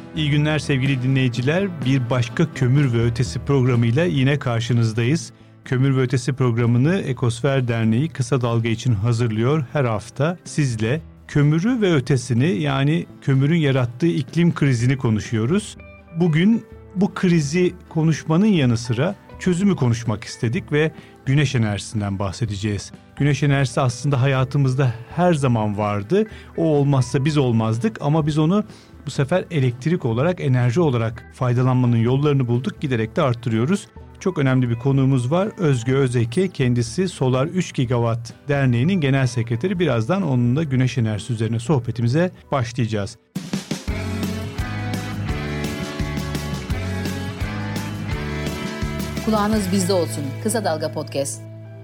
İyi günler sevgili dinleyiciler. Bir başka Kömür ve Ötesi programıyla yine karşınızdayız. Kömür ve Ötesi programını Ekosfer Derneği Kısa Dalga için hazırlıyor. Her hafta sizle kömürü ve ötesini, yani kömürün yarattığı iklim krizini konuşuyoruz. Bugün bu krizi konuşmanın yanı sıra çözümü konuşmak istedik ve güneş enerjisinden bahsedeceğiz. Güneş enerjisi aslında hayatımızda her zaman vardı. O olmazsa biz olmazdık ama biz onu bu sefer elektrik olarak, enerji olarak faydalanmanın yollarını bulduk. Giderek de arttırıyoruz. Çok önemli bir konuğumuz var. Özge Özeke, kendisi Solar 3 Gigawatt Derneği'nin genel sekreteri. Birazdan onunla güneş enerjisi üzerine sohbetimize başlayacağız. Kulağınız bizde olsun. Kısa Dalga Podcast.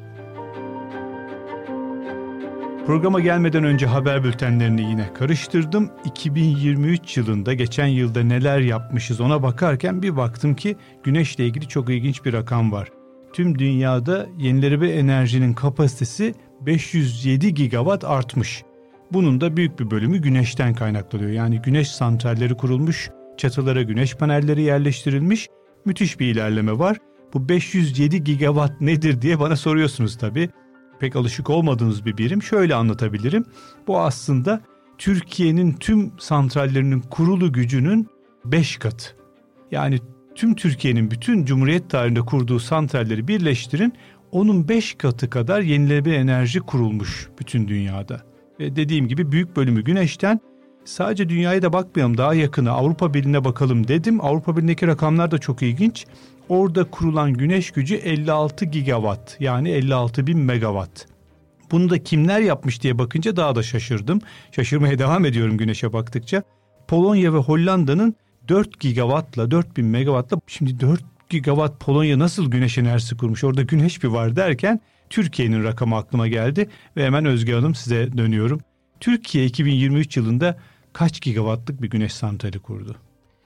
Programa gelmeden önce haber bültenlerini yine karıştırdım. 2023 yılında, geçen yılda neler yapmışız ona bakarken bir baktım ki güneşle ilgili çok ilginç bir rakam var. Tüm dünyada yenilenebilir enerjinin kapasitesi 507 gigawatt artmış. Bunun da büyük bir bölümü güneşten kaynaklanıyor. Yani güneş santralleri kurulmuş, çatılara güneş panelleri yerleştirilmiş. Müthiş bir ilerleme var. Bu 507 gigawatt nedir diye bana soruyorsunuz tabii. Pek alışık olmadığınız bir birim. Şöyle anlatabilirim. Bu aslında Türkiye'nin tüm santrallerinin kurulu gücünün 5 katı. Yani tüm Türkiye'nin bütün Cumhuriyet tarihinde kurduğu santralleri birleştirin. Onun 5 katı kadar yenilenebilir enerji kurulmuş bütün dünyada. Ve dediğim gibi büyük bölümü güneşten. Sadece dünyaya da bakmayalım, daha yakına Avrupa Birliği'ne bakalım dedim. Avrupa Birliği'ndeki rakamlar da çok ilginç. Orada kurulan güneş gücü 56 gigawatt, yani 56 bin megawatt. Bunu da kimler yapmış diye bakınca daha da şaşırdım. Şaşırmaya devam ediyorum güneşe baktıkça. Polonya ve Hollanda'nın 4 gigawattla, 4 bin megawattla, şimdi 4 gigawatt Polonya nasıl güneş enerjisi kurmuş, orada güneş bir var derken Türkiye'nin rakamı aklıma geldi. Ve hemen Özge Hanım, size dönüyorum. Türkiye 2023 yılında kaç gigawattlık bir güneş santrali kurdu?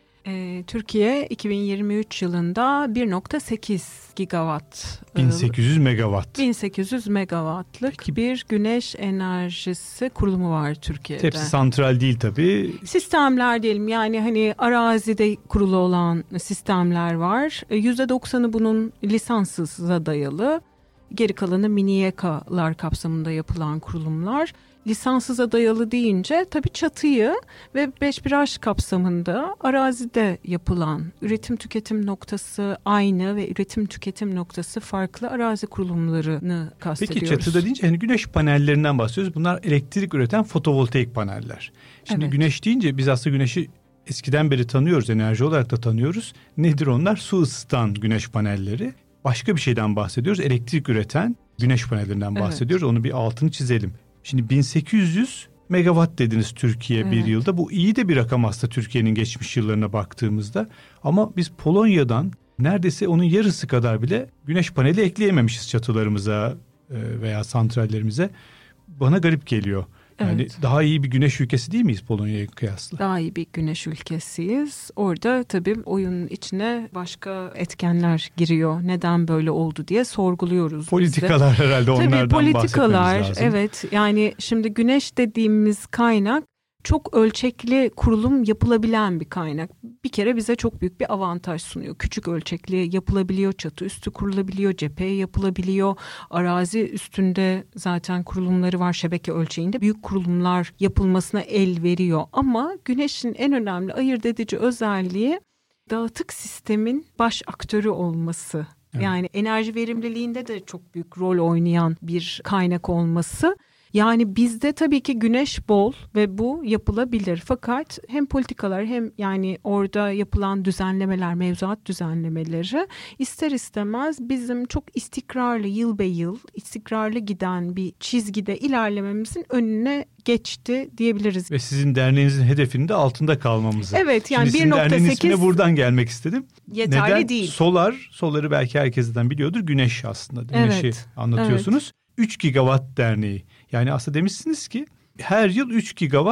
Türkiye 2023 yılında 1.8 gigawatt 1800 megawatt 1800 megawattlık Peki, bir güneş enerjisi kurulumu var Türkiye'de. Hepsi santral değil tabii. Sistemler diyelim, yani hani arazide kurulu olan sistemler var. %90'ı bunun lisanssıza dayalı. Geri kalanı mini YEKA'lar kapsamında yapılan kurulumlar. Lisanssıza dayalı deyince tabii çatıyı ve 5'1H kapsamında arazide yapılan, üretim tüketim noktası aynı ve üretim tüketim noktası farklı arazi kurulumlarını kastediyoruz. Peki çatıda deyince hani güneş panellerinden bahsediyoruz. Bunlar elektrik üreten fotovoltaik paneller. Şimdi evet, güneş deyince biz aslında güneşi eskiden beri tanıyoruz, enerji olarak da tanıyoruz. Nedir onlar? Su ısıtan güneş panelleri. Başka bir şeyden bahsediyoruz. Elektrik üreten güneş panellerinden bahsediyoruz. Evet. Onu bir altını çizelim. Şimdi 1800 megawatt dediniz Türkiye, evet, bir yılda. Bu iyi de bir rakam aslında Türkiye'nin geçmiş yıllarına baktığımızda. Ama biz Polonya'dan neredeyse onun yarısı kadar bile güneş paneli ekleyememişiz çatılarımıza veya santrallerimize. Bana garip geliyor. Yani evet, daha iyi bir güneş ülkesi değil miyiz Polonya'ya kıyasla? Daha iyi bir güneş ülkesiyiz. Orada tabii oyunun içine başka etkenler giriyor. Neden böyle oldu diye sorguluyoruz. Politikalar biz de. Herhalde onlardan tabii, politikalar, bahsetmemiz lazım. Evet, yani şimdi güneş dediğimiz kaynak çok ölçekli kurulum yapılabilen bir kaynak. Bir kere bize çok büyük bir avantaj sunuyor. Küçük ölçekli yapılabiliyor, çatı üstü kurulabiliyor, cepheye yapılabiliyor. Arazi üstünde zaten kurulumları var, şebeke ölçeğinde. Büyük kurulumlar yapılmasına el veriyor. Ama güneşin en önemli ayırt edici özelliği dağıtık sistemin baş aktörü olması. Evet. Yani enerji verimliliğinde de çok büyük rol oynayan bir kaynak olması. Yani bizde tabii ki güneş bol ve bu yapılabilir. Fakat hem politikalar hem yani orada yapılan düzenlemeler, mevzuat düzenlemeleri ister istemez bizim çok istikrarlı, yıl be yıl istikrarlı giden bir çizgide ilerlememizin önüne geçti diyebiliriz. Ve sizin derneğinizin hedefinin de altında kalmamızı. Evet, yani 1.8. Şimdi sizin derneğin ismine buradan gelmek istedim. Yeterli Neden? değil. Solar'ı belki herkesten biliyordur. Güneş aslında. Güneşi evet, anlatıyorsunuz. Evet. 3 Gigawatt Derneği. Yani aslında demişsiniz ki her yıl 3 gigawatt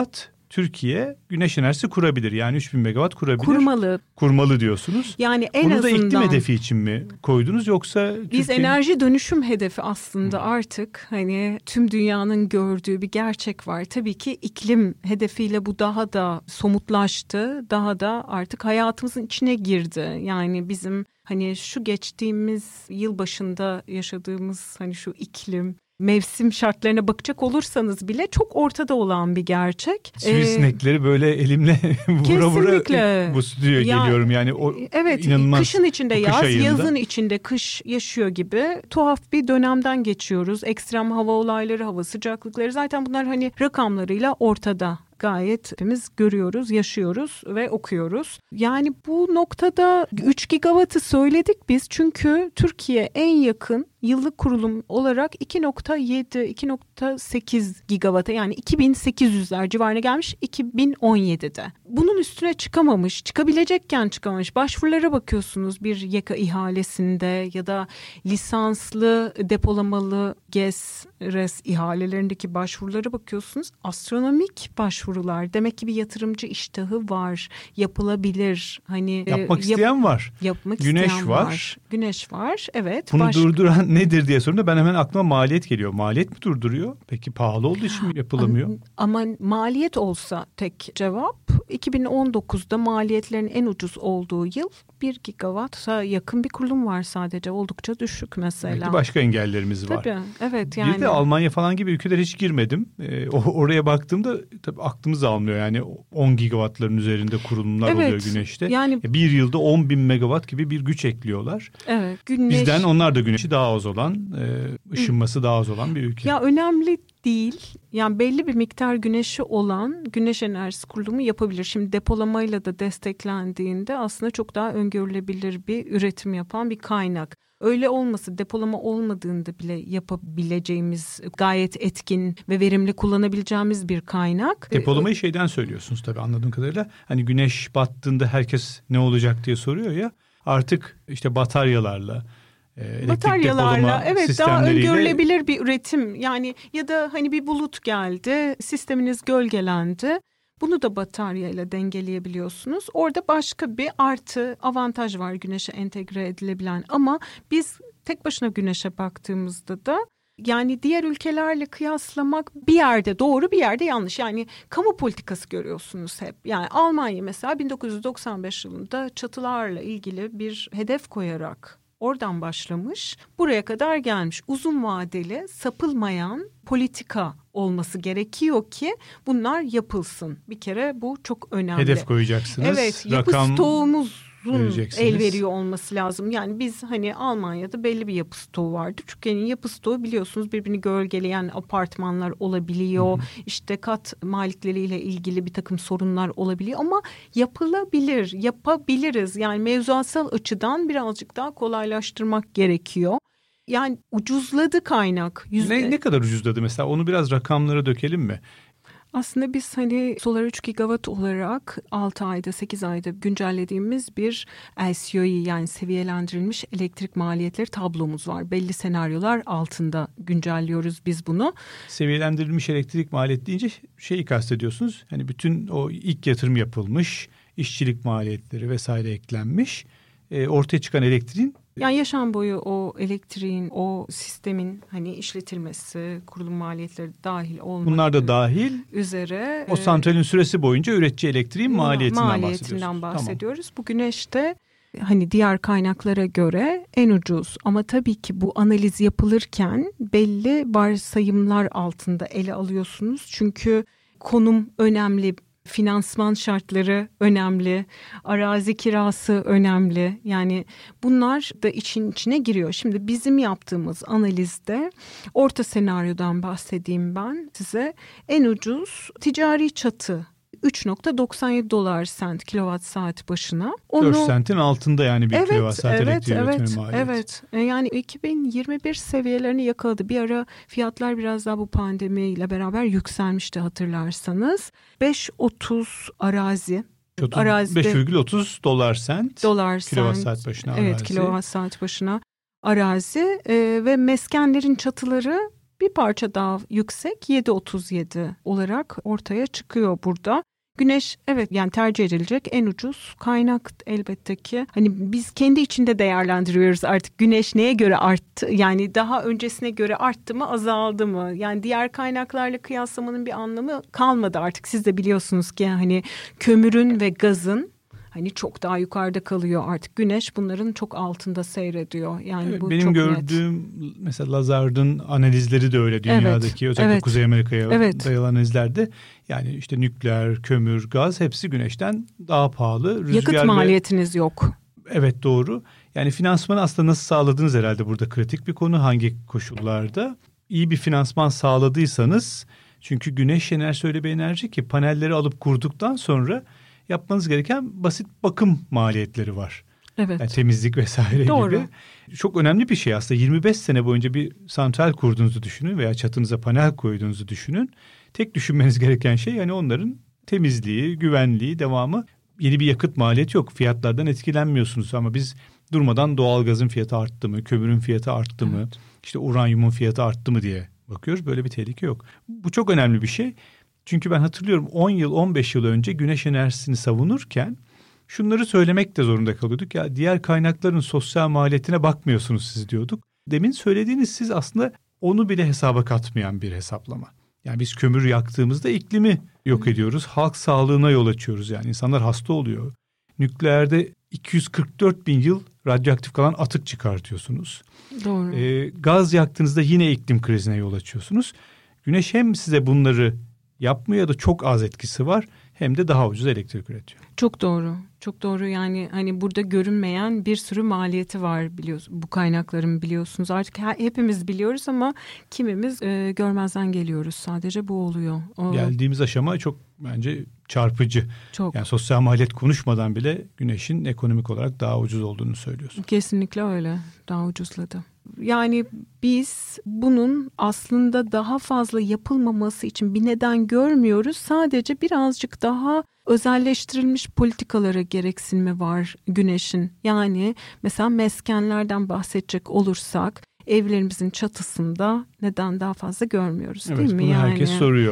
Türkiye güneş enerjisi kurabilir. Yani 3000 megawatt kurabilir. Kurmalı diyorsunuz. Yani en Bunu azından. da iklim hedefi için mi koydunuz yoksa? Biz enerji dönüşüm hedefi aslında artık hani tüm dünyanın gördüğü bir gerçek var. Tabii ki iklim hedefiyle bu daha da somutlaştı. Daha da artık hayatımızın içine girdi. Yani bizim hani şu geçtiğimiz yıl başında yaşadığımız hani şu iklim, mevsim şartlarına bakacak olursanız bile çok ortada olan bir gerçek. Sivrisinekleri böyle elimle vura bu stüdyoya geliyorum. Yani o evet, inanılmaz. Kışın içinde yaz, ayında. yazın içinde kış yaşıyor gibi tuhaf bir dönemden geçiyoruz. Ekstrem hava olayları, hava sıcaklıkları zaten bunlar hani rakamlarıyla ortada. Gayet hepimiz görüyoruz, yaşıyoruz ve okuyoruz. Yani bu noktada 3 gigawattı söyledik biz çünkü Türkiye en yakın yıllık kurulum olarak 2.7-2.8 gigawatt'a yani 2800'ler civarına gelmiş 2017'de. Bunun üstüne çıkamamış, çıkabilecekken çıkamamış. Başvurulara bakıyorsunuz bir YEKA ihalesinde ya da lisanslı depolamalı GES-RES ihalelerindeki başvurulara bakıyorsunuz. Astronomik başvurular. Demek ki bir yatırımcı iştahı var. Yapılabilir. Hani yapmak isteyen var. Yapmak Güneş isteyen var. Güneş var. Evet. Bunu durduran nedir diye sorunca ben hemen aklıma maliyet geliyor. Maliyet mi durduruyor? Peki pahalı olduğu için mi yapılamıyor? Ama maliyet olsa tek cevap 2019'da maliyetlerin en ucuz olduğu yıl 1 gigawatt'a yakın bir kurulum var sadece. Oldukça düşük mesela. Belki başka engellerimiz var. Tabii evet yani. Bir de Almanya falan gibi ülkeler hiç girmedim. Oraya baktığımda tabii aklımız almıyor. Yani 10 gigawattların üzerinde kurulumlar oluyor güneşte. Yani bir yılda 10.000 megawatt gibi bir güç ekliyorlar. Evet. Bizden onlar da güneşi daha az olan, ışınması daha az olan bir ülke. Ya önemli değil. Yani belli bir miktar güneşi olan güneş enerjisi kurulumu yapabilir. Şimdi depolamayla da desteklendiğinde aslında çok daha öngörülebilir bir üretim yapan bir kaynak. Öyle olması, depolama olmadığında bile yapabileceğimiz gayet etkin ve verimli kullanabileceğimiz bir kaynak. Depolamayı şeyden söylüyorsunuz tabii anladığım kadarıyla. Hani güneş battığında herkes ne olacak diye soruyor ya. Artık işte bataryalarla evet daha öngörülebilir bir üretim yani ya da hani bir bulut geldi sisteminiz gölgelendi bunu da bataryayla dengeleyebiliyorsunuz. Orada başka bir artı avantaj var güneşe entegre edilebilen ama biz tek başına güneşe baktığımızda da yani diğer ülkelerle kıyaslamak bir yerde doğru bir yerde yanlış. Yani kamu politikası görüyorsunuz hep. Yani Almanya mesela 1995 yılında çatılarla ilgili bir hedef koyarak oradan başlamış, buraya kadar gelmiş. Uzun vadeli, sapılmayan politika olması gerekiyor ki bunlar yapılsın. Bir kere bu çok önemli. Hedef koyacaksınız. Evet, yapı stoğumuzun el veriyor olması lazım. Yani biz hani Almanya'da belli bir yapı stoğu vardı. Türkiye'nin yapı stoğu biliyorsunuz birbirini gölgeleyen apartmanlar olabiliyor. İşte kat malikleriyle ilgili bir takım sorunlar olabiliyor ama yapılabilir, yapabiliriz. Yani mevzuatsal açıdan birazcık daha kolaylaştırmak gerekiyor. Yani ucuzladı kaynak. Ne kadar ucuzladı mesela onu biraz rakamlara dökelim mi? Aslında biz hani Solar 3 gigawatt olarak 6 ayda 8 ayda güncellediğimiz bir LCOE yani seviyelendirilmiş elektrik maliyetleri tablomuz var. Belli senaryolar altında güncelliyoruz biz bunu. Seviyelendirilmiş elektrik maliyeti deyince şeyi kastediyorsunuz. Hani bütün o ilk yatırım yapılmış, işçilik maliyetleri vesaire eklenmiş. Ortaya çıkan elektriğin yani yaşam boyu o elektriğin, o sistemin hani işletilmesi, kurulum maliyetleri dahil olmak bunlar da dahil üzere. O santralin süresi boyunca üretici elektriğin maliyetinden bahsediyoruz. Tamam. Bu güneşte hani diğer kaynaklara göre en ucuz ama tabii ki bu analiz yapılırken belli varsayımlar altında ele alıyorsunuz. Çünkü konum önemli. Finansman şartları önemli, arazi kirası önemli. Yani bunlar da için içine giriyor. Şimdi bizim yaptığımız analizde orta senaryodan bahsedeyim ben size. En ucuz ticari çatı 3.97 dolar sent kilowatt saat başına. 4 sentin altında yani bir kilowatt saat elektriği üretimi maliyeti. Evet. Yani 2021 seviyelerini yakaladı. Bir ara fiyatlar biraz daha bu pandemiyle beraber yükselmişti hatırlarsanız. 5.30 arazi. 5,30 dolar sent. Kilowatt saat başına arazi. Evet kilowatt saat başına arazi ve meskenlerin çatıları bir parça daha yüksek 7.37 olarak ortaya çıkıyor burada. Güneş evet yani tercih edilecek en ucuz kaynak elbette ki. Hani biz kendi içinde değerlendiriyoruz artık güneş neye göre arttı? Yani daha öncesine göre arttı mı azaldı mı? Yani diğer kaynaklarla kıyaslamanın bir anlamı kalmadı artık. Siz de biliyorsunuz ki hani kömürün ve gazın hani çok daha yukarıda kalıyor artık. Güneş bunların çok altında seyrediyor. Yani evet, bu benim çok gördüğüm net. Mesela Lazard'ın analizleri de öyle dünyadaki evet, özellikle evet, Kuzey Amerika'ya evet. dayalı analizlerde. Yani işte nükleer, kömür, gaz hepsi güneşten daha pahalı. Rüzgar yakıt maliyetiniz yok. Evet doğru. Yani finansmanı aslında nasıl sağladınız herhalde burada kritik bir konu. Hangi koşullarda? İyi bir finansman sağladıysanız çünkü güneş enerjisi öyle bir enerji ki panelleri alıp kurduktan sonra yapmanız gereken basit bakım maliyetleri var. Evet. Yani temizlik vesaire doğru. gibi. Çok önemli bir şey aslında. 25 sene boyunca bir santral kurduğunuzu düşünün veya çatınıza panel koyduğunuzu düşünün. Tek düşünmeniz gereken şey yani onların temizliği, güvenliği, devamı. Yeni bir yakıt maliyeti yok. Fiyatlardan etkilenmiyorsunuz ama biz durmadan doğalgazın fiyatı arttı mı, kömürün fiyatı arttı mı, işte uranyumun fiyatı arttı mı diye bakıyoruz. Böyle bir tehlike yok. Bu çok önemli bir şey. Çünkü ben hatırlıyorum 10 yıl, 15 yıl önce güneş enerjisini savunurken şunları söylemek de zorunda kalıyorduk. Ya diğer kaynakların sosyal maliyetine bakmıyorsunuz siz diyorduk. Demin söylediğiniz siz aslında onu bile hesaba katmayan bir hesaplama. Yani biz kömür yaktığımızda iklimi yok ediyoruz. Halk sağlığına yol açıyoruz yani insanlar hasta oluyor. Nükleerde 244 bin yıl radyoaktif kalan atık çıkartıyorsunuz. Doğru. Gaz yaktığınızda yine iklim krizine yol açıyorsunuz. Güneş hem size bunları yapmıyor ya da çok az etkisi var hem de daha ucuz elektrik üretiyor. Çok doğru. Çok doğru yani hani burada görünmeyen bir sürü maliyeti var biliyorsunuz. Bu kaynakların biliyorsunuz artık hepimiz biliyoruz ama kimimiz görmezden geliyoruz. Sadece bu oluyor. Geldiğimiz aşama çok bence çarpıcı. Çok. Yani sosyal maliyet konuşmadan bile güneşin ekonomik olarak daha ucuz olduğunu söylüyorsun. Kesinlikle öyle. Daha ucuzladı. Yani biz bunun aslında daha fazla yapılmaması için bir neden görmüyoruz. Sadece birazcık daha özelleştirilmiş politikalara gereksinimi var güneşin. Yani mesela meskenlerden bahsedecek olursak evlerimizin çatısında neden daha fazla görmüyoruz evet, değil mi? Bunu herkes soruyor.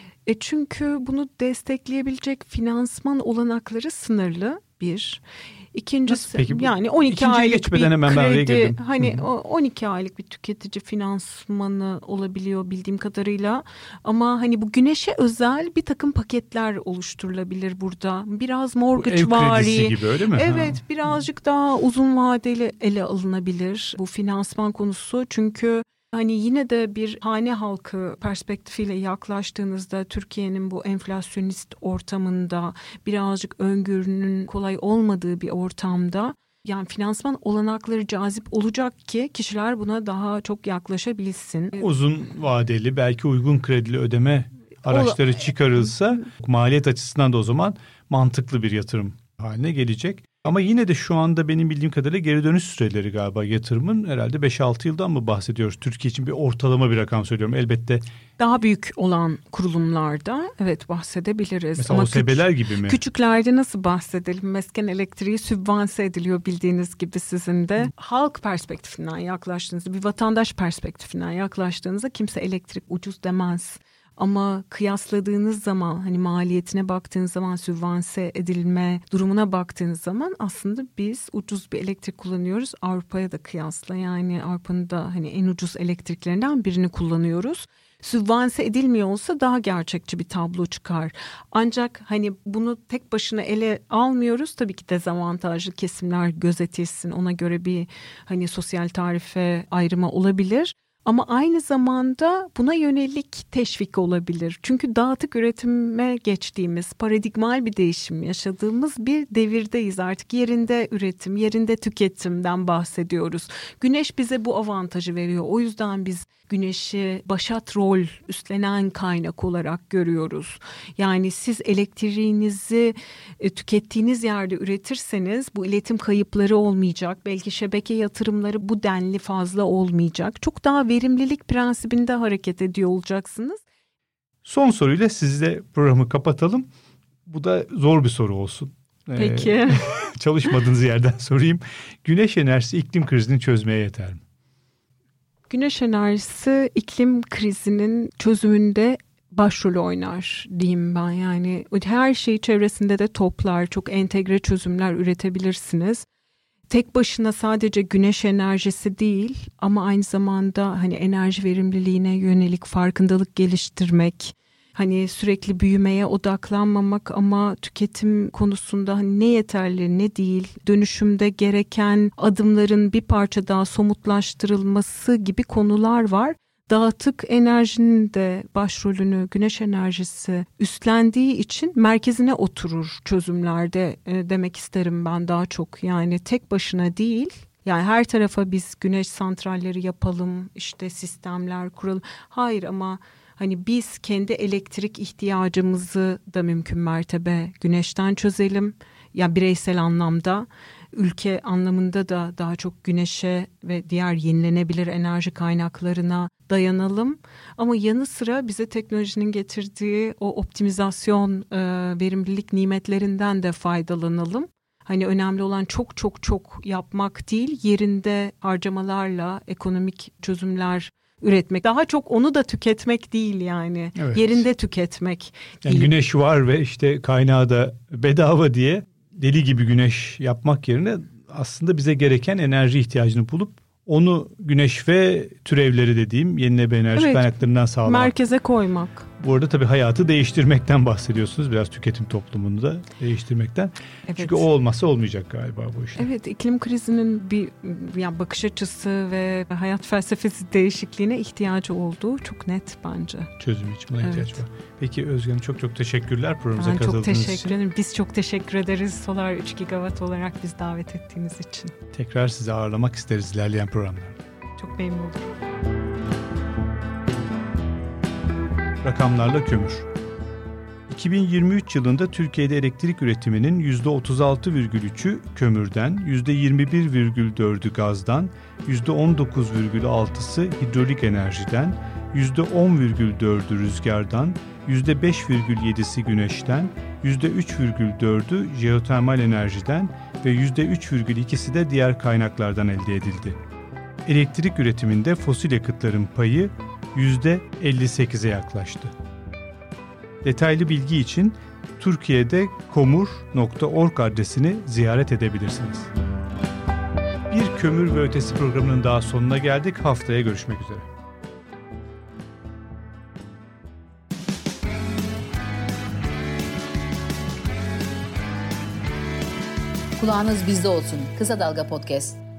Çünkü bunu destekleyebilecek finansman olanakları sınırlı bir. İkincisi peki, yani 12 aylık bir hemen kredi hani 12 aylık bir tüketici finansmanı olabiliyor bildiğim kadarıyla ama hani bu güneşe özel bir takım paketler oluşturulabilir burada. Biraz mortgage vari gibi öyle mi? Evet birazcık daha uzun vadeli ele alınabilir bu finansman konusu çünkü hani yine de bir hane halkı perspektifiyle yaklaştığınızda Türkiye'nin bu enflasyonist ortamında birazcık öngörünün kolay olmadığı bir ortamda yani finansman olanakları cazip olacak ki kişiler buna daha çok yaklaşabilsin. Uzun vadeli belki uygun kredili ödeme araçları çıkarılsa maliyet açısından da o zaman mantıklı bir yatırım haline gelecek. Ama yine de şu anda benim bildiğim kadarıyla geri dönüş süreleri galiba yatırımın herhalde 5-6 yıldan mı bahsediyoruz? Türkiye için bir ortalama bir rakam söylüyorum. Elbette daha büyük olan kurulumlarda evet bahsedebiliriz. Mesela ama OSB'ler gibi mi? Küçüklerde nasıl bahsedelim? Mesken elektriği sübvanse ediliyor bildiğiniz gibi sizin de. Halk perspektifinden yaklaştığınızda, bir vatandaş perspektifinden yaklaştığınızda kimse elektrik ucuz demez. Ama kıyasladığınız zaman hani maliyetine baktığınız zaman sübvanse edilme durumuna baktığınız zaman aslında biz ucuz bir elektrik kullanıyoruz. Avrupa'ya da kıyasla yani Avrupa'nın da hani en ucuz elektriklerinden birini kullanıyoruz. Sübvanse edilmiyor olsa daha gerçekçi bir tablo çıkar. Ancak hani bunu tek başına ele almıyoruz. Tabii ki dezavantajlı kesimler gözetilsin. Ona göre bir hani sosyal tarife ayrımı olabilir. Ama aynı zamanda buna yönelik teşvik olabilir. Çünkü dağıtık üretime geçtiğimiz, paradigmal bir değişim yaşadığımız bir devirdeyiz. Artık yerinde üretim, yerinde tüketimden bahsediyoruz. Güneş bize bu avantajı veriyor. O yüzden biz güneşi başat rol üstlenen kaynak olarak görüyoruz. Yani siz elektriğinizi tükettiğiniz yerde üretirseniz bu iletim kayıpları olmayacak. Belki şebeke yatırımları bu denli fazla olmayacak. Çok daha verimlilik prensibinde hareket ediyor olacaksınız. Son soruyla sizle programı kapatalım. Bu da zor bir soru olsun. Peki. Çalışmadığınız yerden sorayım. Güneş enerjisi iklim krizini çözmeye yeter mi? Güneş enerjisi iklim krizinin çözümünde başrolü oynar diyeyim ben. Yani her şeyi çevresinde de toplar, çok entegre çözümler üretebilirsiniz. Tek başına sadece güneş enerjisi değil ama aynı zamanda hani enerji verimliliğine yönelik farkındalık geliştirmek, hani sürekli büyümeye odaklanmamak ama tüketim konusunda hani ne yeterli ne değil, dönüşümde gereken adımların bir parça daha somutlaştırılması gibi konular var. Dağıtık enerjinin de başrolünü güneş enerjisi üstlendiği için merkezine oturur çözümlerde demek isterim ben daha çok. Yani tek başına değil, yani her tarafa biz güneş santralleri yapalım, işte sistemler kuralım. Hayır, ama hani biz kendi elektrik ihtiyacımızı da mümkün mertebe güneşten çözelim. Yani bireysel anlamda, ülke anlamında da daha çok güneşe ve diğer yenilenebilir enerji kaynaklarına dayanalım. Ama yanı sıra bize teknolojinin getirdiği o optimizasyon, verimlilik nimetlerinden de faydalanalım. Hani önemli olan çok yapmak değil, yerinde harcamalarla ekonomik çözümler üretmek. Daha çok onu da tüketmek değil yani. Evet. Yerinde tüketmek değil. Yani güneş var ve işte kaynağı da bedava diye deli gibi güneş yapmak yerine aslında bize gereken enerji ihtiyacını bulup onu güneş ve türevleri dediğim yenilenebilir enerji kaynaklarından sağlamak. Merkeze koymak. Bu arada tabii hayatı değiştirmekten bahsediyorsunuz. Biraz tüketim toplumunu da değiştirmekten. Evet. Çünkü o olmazsa olmayacak galiba bu işte. Evet, iklim krizinin bir yani bakış açısı ve hayat felsefesi değişikliğine ihtiyacı olduğu çok net bence. Çözüm için buna ihtiyaç var. Peki Özge Hanım, çok teşekkürler programımıza katıldığınız için. Ben çok teşekkür ederim. Biz çok teşekkür ederiz Solar 3 Gigawatt olarak biz davet ettiğiniz için. Tekrar sizi ağırlamak isteriz ilerleyen programlarda. Çok memnun oldum. Rakamlarla kömür. 2023 yılında Türkiye'de elektrik üretiminin %36,3'ü kömürden, %21,4'ü gazdan, %19,6'sı hidrolik enerjiden, %10,4'ü rüzgardan, %5,7'si güneşten, %3,4'ü jeotermal enerjiden ve %3,2'si de diğer kaynaklardan elde edildi. Elektrik üretiminde fosil yakıtların payı %58'e yaklaştı. Detaylı bilgi için Türkiye'de komur.org adresini ziyaret edebilirsiniz. Bir Kömür ve Ötesi programının daha sonuna geldik. Haftaya görüşmek üzere. Kulağınız bizde olsun. Kısa Dalga Podcast.